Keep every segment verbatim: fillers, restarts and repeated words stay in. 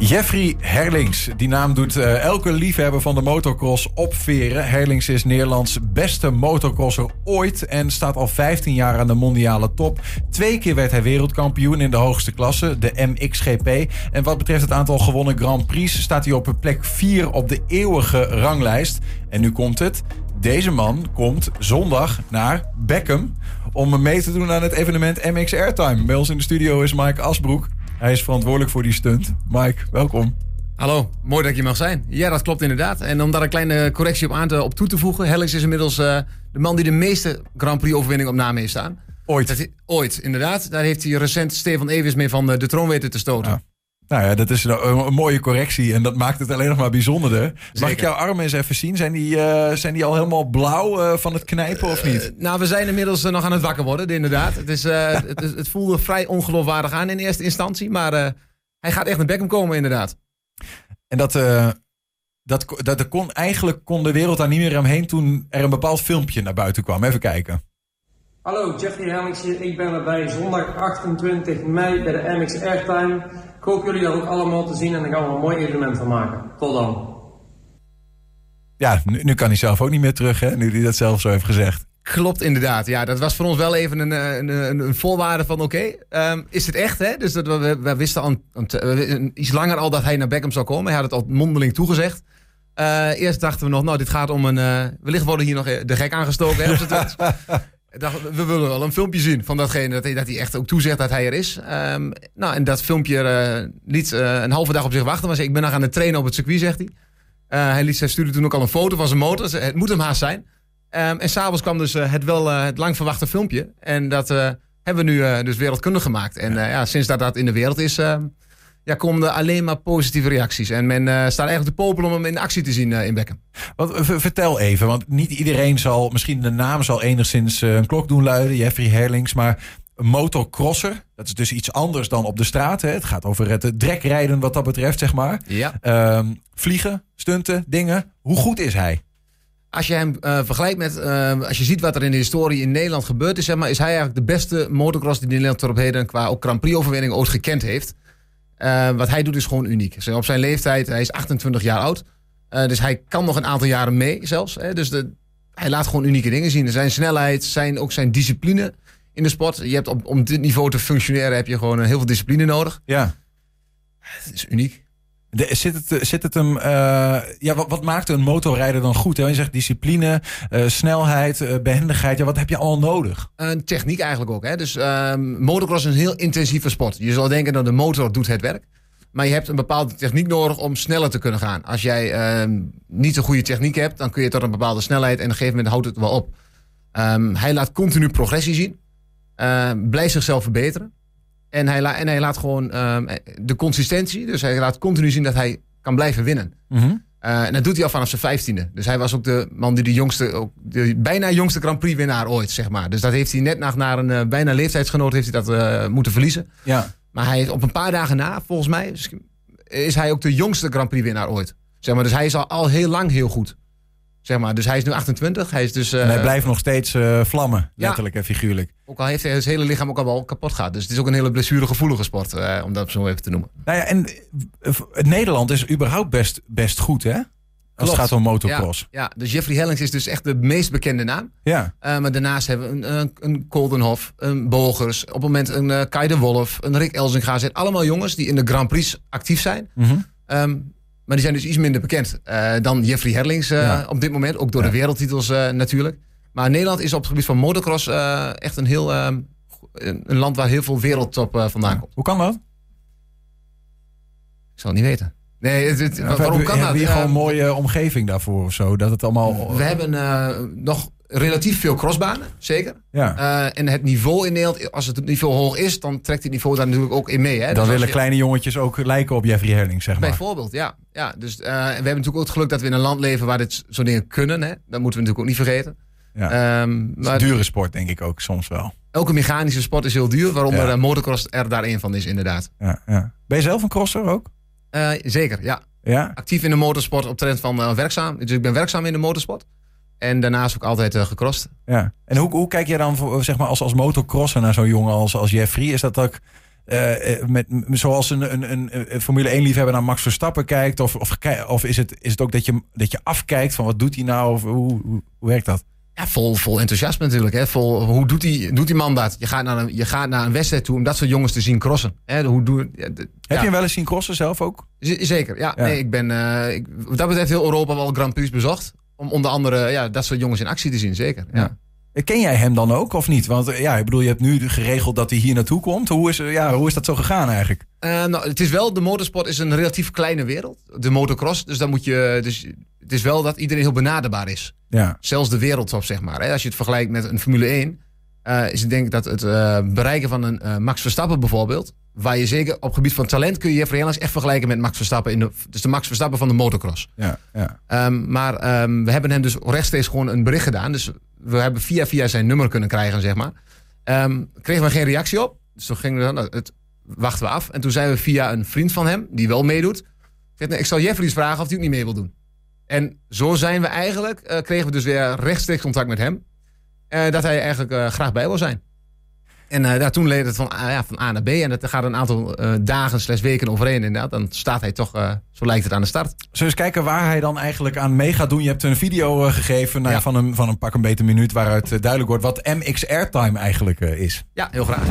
Jeffrey Herlings. Die naam doet uh, elke liefhebber van de motocross opveren. Herlings is Nederlands beste motocrosser ooit en staat al vijftien jaar aan de mondiale top. Twee keer werd hij wereldkampioen in de hoogste klasse, de M X G P. En wat betreft het aantal gewonnen Grand Prix staat hij op plek vier op de eeuwige ranglijst. En nu komt het. Deze man komt zondag naar Beckham om mee te doen aan het evenement M X Airtime. Bij ons in de studio is Mike Asbroek. Hij is verantwoordelijk voor die stunt. Mike, welkom. Hallo, mooi dat je mag zijn. Ja, dat klopt inderdaad. En om daar een kleine correctie op aan te, op toe te voegen. Herlings is inmiddels uh, de man die de meeste Grand Prix overwinning op naam heeft staan. Ooit. Dat, ooit, inderdaad. Daar heeft hij recent Stefan Evers mee van de, de troon weten te stoten. Ja. Nou ja, dat is een, een mooie correctie en dat maakt het alleen nog maar bijzonderder. Mag Zeker. ik jouw armen eens even zien? Zijn die, uh, zijn die al helemaal blauw uh, van het knijpen of niet? Uh, nou, we zijn inmiddels uh, nog aan het wakker worden, inderdaad. Het, is, uh, het, het voelde vrij ongeloofwaardig aan in eerste instantie, maar uh, hij gaat echt naar Beckham komen, inderdaad. En dat, uh, dat, dat, dat kon, eigenlijk kon de wereld daar niet meer omheen toen er een bepaald filmpje naar buiten kwam. Even kijken. Hallo, Jeffrey Herlings hier. Ik ben erbij zondag achtentwintig mei bij de M X Airtime. Ik hoop jullie dat ook allemaal te zien en daar gaan we een mooi evenement van maken. Tot dan. Ja, nu, nu kan hij zelf ook niet meer terug, hè? Nu hij dat zelf zo heeft gezegd. Klopt, inderdaad. Ja, dat was voor ons wel even een, een, een, een voorwaarde van oké, okay, um, is het echt? Hè? Dus dat we, we wisten al een, iets langer al dat hij naar Beckham zou komen. Hij had het al mondeling toegezegd. Uh, eerst dachten we nog, nou dit gaat om een... Uh, wellicht worden hier nog de gek aangestoken. Hè, dacht, we willen wel een filmpje zien van datgene dat hij, dat hij echt ook toezegt dat hij er is. Um, nou, en dat filmpje uh, liet uh, een halve dag op zich wachten. Maar ik ben nog aan het trainen op het circuit, zegt hij. Uh, hij, liet, hij stuurde toen ook al een foto van zijn motor. Het moet hem haast zijn. Um, en s'avonds kwam dus uh, het wel uh, het lang verwachte filmpje. En dat uh, hebben we nu uh, dus wereldkundig gemaakt. En uh, ja, sinds dat dat in de wereld is, uh, ja, komen er alleen maar positieve reacties. En men uh, staat eigenlijk te popelen om hem in actie te zien uh, in Beckham. Wat, v- vertel even, want niet iedereen zal, misschien de naam zal enigszins uh, een klok doen luiden. Jeffrey Herlings, maar een motocrosser, dat is dus iets anders dan op de straat. Hè? Het gaat over het drekrijden wat dat betreft, zeg maar. Ja. Um, vliegen, stunten, dingen. Hoe goed is hij? Als je hem uh, vergelijkt met, uh, als je ziet wat er in de historie in Nederland gebeurd is, zeg maar, is hij eigenlijk de beste motocross die Nederland tot op heden qua ook Grand Prix overwinning ooit gekend heeft. Uh, wat hij doet is gewoon uniek. Op zijn leeftijd, hij is achtentwintig jaar oud. Uh, dus hij kan nog een aantal jaren mee zelfs. Hè? Dus de, hij laat gewoon unieke dingen zien. Zijn snelheid, zijn, ook zijn discipline in de sport. Je hebt op, om dit niveau te functioneren heb je gewoon heel veel discipline nodig. Ja. Het is uniek. De, zit, het, zit het hem... Uh, ja, wat, wat maakt een motorrijder dan goed? Hè? Je zegt discipline, uh, snelheid, uh, behendigheid. Ja, wat heb je allemaal nodig? Uh, techniek eigenlijk ook. Hè? Dus uh, motocross is een heel intensieve sport. Je zal denken dat de motor doet het werk. Maar je hebt een bepaalde techniek nodig om sneller te kunnen gaan. Als jij uh, niet een goede techniek hebt, dan kun je tot een bepaalde snelheid en op een gegeven moment houdt het wel op. Um, hij laat continu progressie zien. Uh, blijft zichzelf verbeteren. En hij, la- en hij laat gewoon um, de consistentie. Dus hij laat continu zien dat hij kan blijven winnen. Mm-hmm. Uh, en dat doet hij al vanaf zijn vijftiende. Dus hij was ook de man die de jongste, ook de bijna jongste Grand Prix winnaar ooit, zeg maar. Dus dat heeft hij net naar, naar een uh, bijna leeftijdsgenoot heeft hij dat uh, moeten verliezen. Ja. Maar hij heeft op een paar dagen na, volgens mij, is hij ook de jongste Grand Prix winnaar ooit. Zeg maar, dus hij is al, al heel lang heel goed. Zeg maar, dus hij is nu achtentwintig. Hij is dus, uh, en hij blijft nog steeds uh, vlammen, letterlijk ja. en figuurlijk. Ook al heeft hij zijn hele lichaam ook al wel kapot gehad. Dus het is ook een hele blessuregevoelige sport, uh, om dat zo even te noemen. Nou ja, en uh, Nederland is überhaupt best, best goed, hè? Als Klopt. het gaat om motocross. Ja, ja, dus Jeffrey Herlings is dus echt de meest bekende naam. Ja. Uh, maar daarnaast hebben we een, een, een Koldenhof, een Bogers, op het moment een uh, Kai de Wolf, een Rick Elzinga. Zijn allemaal jongens die in de Grand Prix actief zijn. Mm-hmm. Um, maar die zijn dus iets minder bekend uh, dan Jeffrey Herlings uh, ja. op dit moment. Ook door ja. de wereldtitels uh, natuurlijk. Maar Nederland is op het gebied van motocross uh, echt een heel uh, een land waar heel veel wereldtop uh, vandaan komt. Hoe kan dat? Ik zal het niet weten. Nee, het, het, ja, waarom hebben, kan dat? Hebben we Uh, gewoon een mooie omgeving daarvoor of zo? Dat het allemaal... We hebben uh, nog relatief veel crossbanen, zeker. Ja. Uh, en het niveau in Nederland, als het niveau hoog is, dan trekt het niveau daar natuurlijk ook in mee. Hè? Dan dus willen je... kleine jongetjes ook lijken op Jeffrey Herlings, zeg maar. Bijvoorbeeld, ja. ja dus, uh, we hebben natuurlijk ook het geluk dat we in een land leven waar dit soort dingen kunnen. Hè? Dat moeten we natuurlijk ook niet vergeten. Ja. Um, het is maar een dure sport, denk ik ook, soms wel. Elke mechanische sport is heel duur, waaronder ja. uh, motocross er daar één van is, inderdaad. Ja, ja. Ben je zelf een crosser ook? Uh, zeker, ja. Ja? Actief in de motorsport op trend van uh, werkzaam. Dus ik ben werkzaam in de motorsport. En daarnaast ook altijd uh, gecrossed. Ja. En hoe, hoe kijk jij dan voor, zeg maar, als, als motocrosser naar zo'n jongen als, als Jeffrey? Is dat ook Uh, met, zoals een, een, een, een Formule één liefhebber naar Max Verstappen kijkt? Of, of, of is, het, is het ook dat je, dat je afkijkt van wat doet hij nou? Of hoe, hoe, hoe werkt dat? Ja, vol, vol enthousiasme natuurlijk. Hè. Vol, hoe doet die, doet die man dat? Je gaat, naar een, je gaat naar een wedstrijd toe om dat soort jongens te zien crossen. Hè. Hoe doe, ja, de, Heb ja. je hem wel eens zien crossen zelf ook? Z- zeker, ja. ja. Nee, ik ben uh, ik, wat dat betreft heel Europa wel Grand Prix bezocht. Om onder andere ja, dat soort jongens in actie te zien, zeker. Ja. Ja. Ken jij hem dan ook of niet? Want ja, ik bedoel, je hebt nu geregeld dat hij hier naartoe komt. Hoe is, ja, hoe is dat zo gegaan eigenlijk? Uh, nou, het is wel, de motorsport is een relatief kleine wereld. De motocross, dus dan moet je... Dus, het is wel dat iedereen heel benaderbaar is. Ja. Zelfs de wereldtop, zeg maar. Hè. Als je het vergelijkt met een Formule één... Uh, is het denk ik dat het uh, bereiken van een uh, Max Verstappen bijvoorbeeld... waar je zeker op gebied van talent... kun je Jeffrey Herlings echt vergelijken met Max Verstappen. In de, dus de Max Verstappen van de motocross. Ja, ja. Um, maar um, we hebben hem dus rechtstreeks gewoon een bericht gedaan. Dus we hebben via via zijn nummer kunnen krijgen, zeg maar. Um, kregen we geen reactie op. Dus toen gingen we dan... Nou, het wachten we af. En toen zijn we via een vriend van hem, die wel meedoet... Zeg, nee, ik zal Jeffrey eens vragen of hij ook niet mee wil doen. En zo zijn we eigenlijk... Uh, kregen we dus weer rechtstreeks contact met hem... Uh, dat hij eigenlijk uh, graag bij wil zijn. En uh, daar toen leed het van, uh, ja, van A naar B. En dat gaat een aantal uh, dagen slash weken overheen. En dan staat hij toch, uh, zo lijkt het, aan de start. Zullen we eens kijken waar hij dan eigenlijk aan mee gaat doen? Je hebt een video uh, gegeven nou, ja. van, een, van een pak een beter minuut... waaruit uh, duidelijk wordt wat M X Airtime eigenlijk uh, is. Ja, heel graag.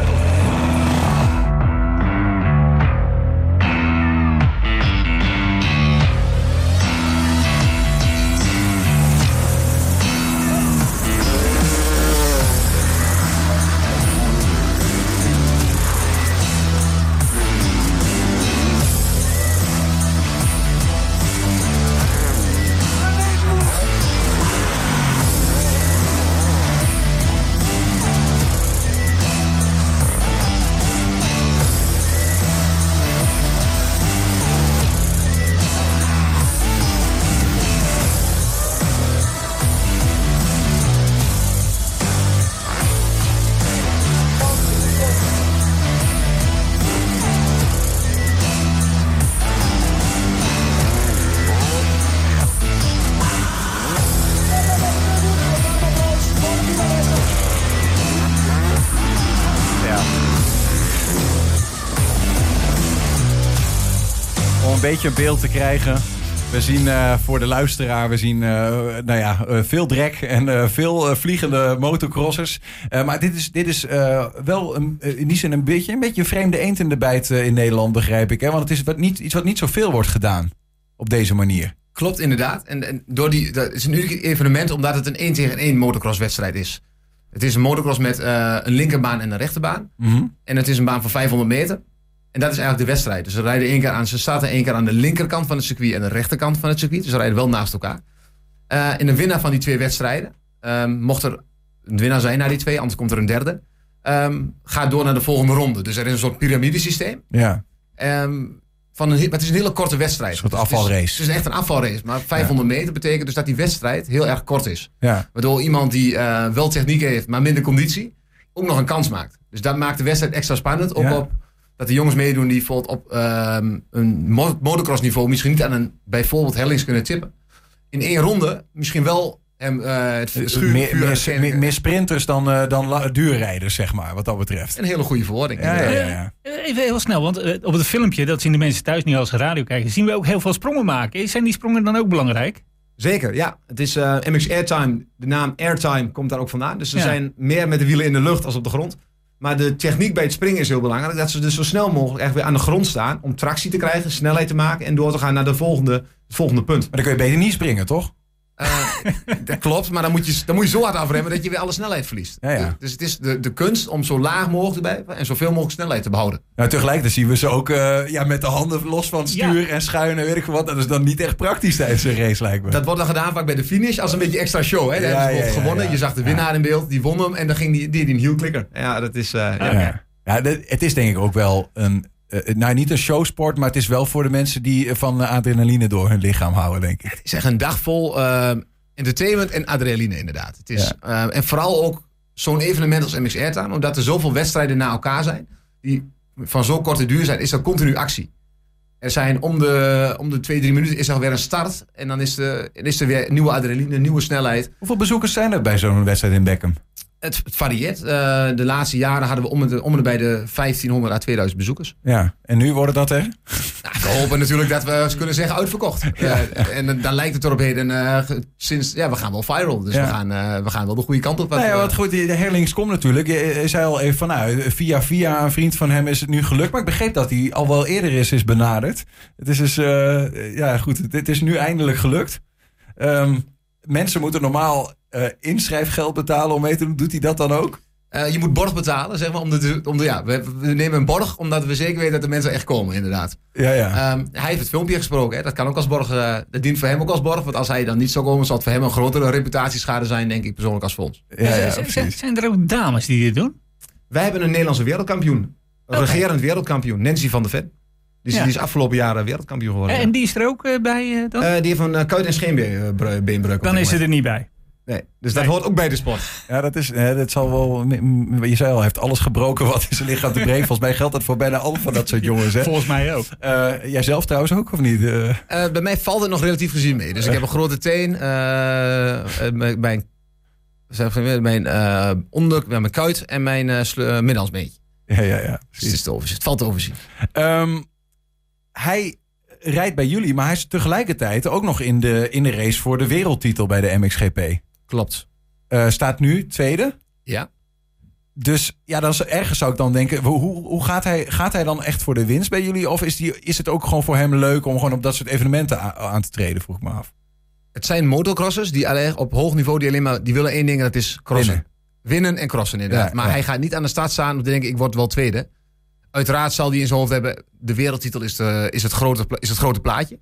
Een beetje een beeld te krijgen. We zien uh, voor de luisteraar, we zien uh, nou ja, uh, veel drek en uh, veel uh, vliegende motocrossers. Uh, maar dit is, dit is uh, wel een, uh, in die zin een beetje, een beetje een vreemde eend in de bijt uh, in Nederland, begrijp ik. Hè? Want het is wat niet, iets wat niet zoveel wordt gedaan op deze manier. Klopt, inderdaad. En, en door die, dat is een uniek evenement omdat het een één tegen één motocrosswedstrijd is. Het is een motocross met uh, een linkerbaan en een rechterbaan. Mm-hmm. En het is een baan van vijfhonderd meter. En dat is eigenlijk de wedstrijd. Dus ze rijden één keer aan, ze starten één keer aan de linkerkant van het circuit en de rechterkant van het circuit. Dus ze rijden wel naast elkaar. Uh, en de winnaar van die twee wedstrijden, um, mocht er een winnaar zijn na die twee, anders komt er een derde, um, gaat door naar de volgende ronde. Dus er is een soort piramidesysteem. Ja. Um, van een, maar het is een hele korte wedstrijd. Een soort dus afvalrace. Het is, het is echt een afvalrace. Maar vijfhonderd ja. meter betekent dus dat die wedstrijd heel erg kort is. Ja. Waardoor iemand die uh, wel techniek heeft, maar minder conditie, ook nog een kans maakt. Dus dat maakt de wedstrijd extra spannend. Ook ja. op dat de jongens meedoen die bijvoorbeeld op um, een motocross niveau misschien niet aan een bijvoorbeeld Herlings kunnen tippen. In één ronde misschien wel hem uh, het schuur, meer, meer, meer, meer sprinters dan, uh, dan la, duurrijders, zeg maar, wat dat betreft. Een hele goede verwoording. Ja, ja, ja, ja. Even heel snel, want uh, op het filmpje, dat zien de mensen thuis niet als ze radio kijken, zien we ook heel veel sprongen maken. Zijn die sprongen dan ook belangrijk? Zeker, ja. Het is uh, M X Airtime, de naam Airtime komt daar ook vandaan. Dus ze ja. zijn meer met de wielen in de lucht als op de grond. Maar de techniek bij het springen is heel belangrijk. Dat ze dus zo snel mogelijk echt weer aan de grond staan om tractie te krijgen, snelheid te maken en door te gaan naar de volgende, het volgende punt. Maar dan kun je beter niet springen, toch? Uh, dat klopt, maar dan moet, je, dan moet je zo hard afremmen dat je weer alle snelheid verliest. Ja, ja. Dus het is de, de kunst om zo laag mogelijk te blijven en zoveel mogelijk snelheid te behouden. Nou, tegelijkertijd zien we ze ook uh, ja, met de handen los van het stuur ja. en schuinen, weet ik wat. Dat is dan niet echt praktisch tijdens een race, lijkt me. Dat wordt dan gedaan vaak bij de finish als een beetje extra show. Hè? Daar ja, hebben ze ja, ja, gewonnen. Ja, ja. Je zag de winnaar ja. in beeld, die won hem en dan ging die, die, die een heel klikker. Ja, dat is... Uh, ja. Ja. Ja, de, het is denk ik ook wel een... Uh, nou, niet een showsport, maar het is wel voor de mensen die van uh, adrenaline door hun lichaam houden, denk ik. Het is echt een dag vol uh, entertainment en adrenaline, inderdaad. Het is, ja. uh, en vooral ook zo'n evenement als M X Airtime, omdat er zoveel wedstrijden na elkaar zijn, die van zo'n korte duur zijn, is er continu actie. Er zijn om de, om de twee, drie minuten is er weer een start en dan is, de, is er weer nieuwe adrenaline, nieuwe snelheid. Hoeveel bezoekers zijn er bij zo'n wedstrijd in Beckham? Het, het varieert. Uh, de laatste jaren hadden we om en, om en bij de vijftienhonderd à tweeduizend bezoekers. Ja, en nu worden dat er? Nou, we hopen natuurlijk dat we kunnen zeggen uitverkocht. Ja. Uh, en uh, dan lijkt het erop heen. Uh, sinds, ja, we gaan wel viral. Dus ja. we, gaan, uh, we gaan wel de goede kant op. Wat, nou ja, wat goed, de Herlings komt natuurlijk. Je zei al even van, nou, via via een vriend van hem is het nu gelukt. Maar ik begreep dat hij al wel eerder is, is benaderd. Het is dus, uh, ja goed, het is nu eindelijk gelukt. Um, mensen moeten normaal uh, inschrijfgeld betalen om mee te doen. Doet hij dat dan ook? Uh, je moet borg betalen, zeg maar. Om de, om de, ja, we, we nemen een borg omdat we zeker weten dat de mensen echt komen, inderdaad. Ja, ja. Um, hij heeft het filmpje gesproken. Hè. Dat kan ook als borg. Uh, dat dient voor hem ook als borg. Want als hij dan niet zou komen, zal het voor hem een grotere reputatieschade zijn, denk ik persoonlijk, als voor ons. Ja, ja, z- z- zijn er ook dames die dit doen? Wij hebben een Nederlandse wereldkampioen. Een okay. regerend wereldkampioen. Nancy van der Ven. Die is, ja. die is afgelopen jaren wereldkampioen geworden. En die is er ook uh, bij uh, dan? Uh, die heeft een uh, kuit- en scheenbeenbreuk. Dan is ze er niet bij. Nee, dus dat nee. hoort ook bij de sport. Ja, dat is, hè, dat zal wel. Je zei al, hij heeft alles gebroken wat in zijn lichaam te breken. Volgens mij geldt dat voor bijna alle van dat soort jongens. Hè? Volgens mij ook. Uh, jij zelf trouwens ook, of niet? Uh... Uh, bij mij valt het nog relatief gezien mee. Dus ik heb een grote teen. Uh, mijn mijn uh, onder, mijn kuit en mijn uh, uh, middansbeentje. Ja, ja, ja. Dus het, is te overzien. Het valt te overzien. Um, hij rijdt bij jullie, maar hij is tegelijkertijd ook nog in de, in de race voor de wereldtitel bij de M X G P. Klopt. Uh, staat nu tweede. Ja. Dus ja, dan is, ergens zou ik dan denken, hoe, hoe gaat, hij, gaat hij dan echt voor de winst bij jullie? Of is, die, is het ook gewoon voor hem leuk om gewoon op dat soort evenementen aan, aan te treden, vroeg ik me af. Het zijn motocrossers die alleen op hoog niveau die alleen maar die willen één ding, dat is crossen. Winnen, Winnen en crossen inderdaad. Ja, maar ja. hij gaat niet aan de start staan om te denken, ik word wel tweede. Uiteraard zal hij in zijn hoofd hebben, de wereldtitel is, de, is, het, grote, is het grote plaatje.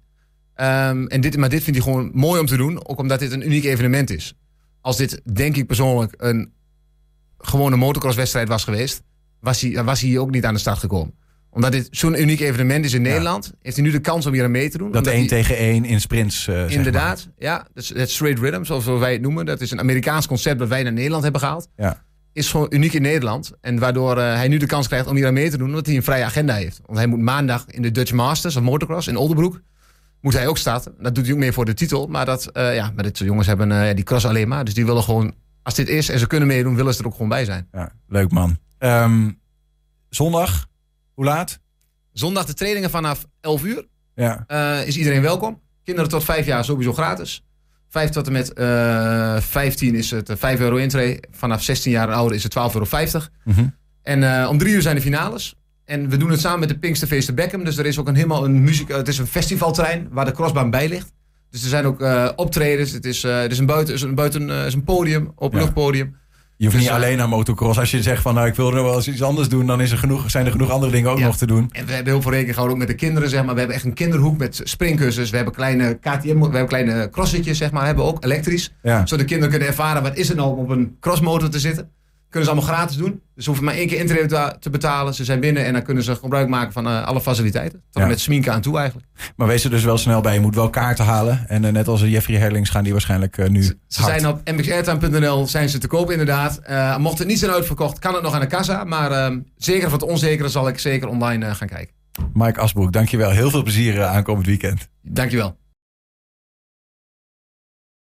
Um, en dit, maar dit vindt hij gewoon mooi om te doen, ook omdat dit een uniek evenement is. Als dit, denk ik persoonlijk, een gewone motocrosswedstrijd was geweest, was hij, was hij hier ook niet aan de start gekomen. Omdat dit zo'n uniek evenement is in Nederland, ja. heeft hij nu de kans om hier aan mee te doen. Dat één tegen één in sprints, uh, inderdaad, zeg maar. Ja. Dus het straight rhythm, zoals wij het noemen. Dat is een Amerikaans concept dat wij naar Nederland hebben gehaald. Ja. Is gewoon uniek in Nederland. En waardoor uh, hij nu de kans krijgt om hier aan mee te doen, omdat hij een vrije agenda heeft. Want hij moet maandag in de Dutch Masters of Motocross in Oldenbroek, moet hij ook starten. Dat doet hij ook meer voor de titel. Maar, dat, uh, ja, maar dit soort jongens hebben uh, die cross alleen maar. Dus die willen gewoon, als dit is en ze kunnen meedoen, willen ze er ook gewoon bij zijn. Ja, leuk man. Um, zondag, hoe laat? Zondag de trainingen vanaf elf uur. Ja. Uh, is iedereen welkom. Kinderen tot vijf jaar sowieso gratis. vijf tot en met uh, vijftien is het vijf euro intree. Vanaf zestien jaar en ouder is het twaalf euro vijftig. Mm-hmm. En uh, om drie uur zijn de finales. En we doen het samen met de Pinksterfeesten Beckham. Dus er is ook een helemaal een muziek. Uh, het is een festivalterrein waar de crossbaan bij ligt. Dus er zijn ook uh, optredens. Het is, uh, het is een buiten, is een, buiten uh, is een podium, openluchtpodium. Ja. Je hoeft dus, niet alleen naar motocross. Als je zegt van nou ik wil er wel eens iets anders doen, dan is er genoeg, zijn er genoeg andere dingen ook ja. nog te doen. En we hebben heel veel rekening gehouden ook met de kinderen, zeg maar. We hebben echt een kinderhoek met springkussens. We hebben kleine K T M, we hebben kleine crossetjes, zeg maar, hebben we ook elektrisch. Ja. Zodat de kinderen kunnen ervaren wat is er nou om op een crossmotor te zitten. Kunnen ze allemaal gratis doen. Dus ze hoeven maar één keer intrede te betalen. Ze zijn binnen en dan kunnen ze gebruik maken van uh, alle faciliteiten. Tot ja. met sminken aan toe eigenlijk. Maar wees er dus wel snel bij. Je moet wel kaarten halen. En uh, net als Jeffrey Herlings gaan die waarschijnlijk uh, nu Ze, ze zijn op m x airtime punt n l zijn ze te koop inderdaad. Uh, mocht het niet zijn uitverkocht, kan het nog aan de kassa. Maar uh, zeker voor het onzekere zal ik zeker online uh, gaan kijken. Mike Asbroek, dankjewel. Heel veel plezier uh, aankomend weekend. Dankjewel.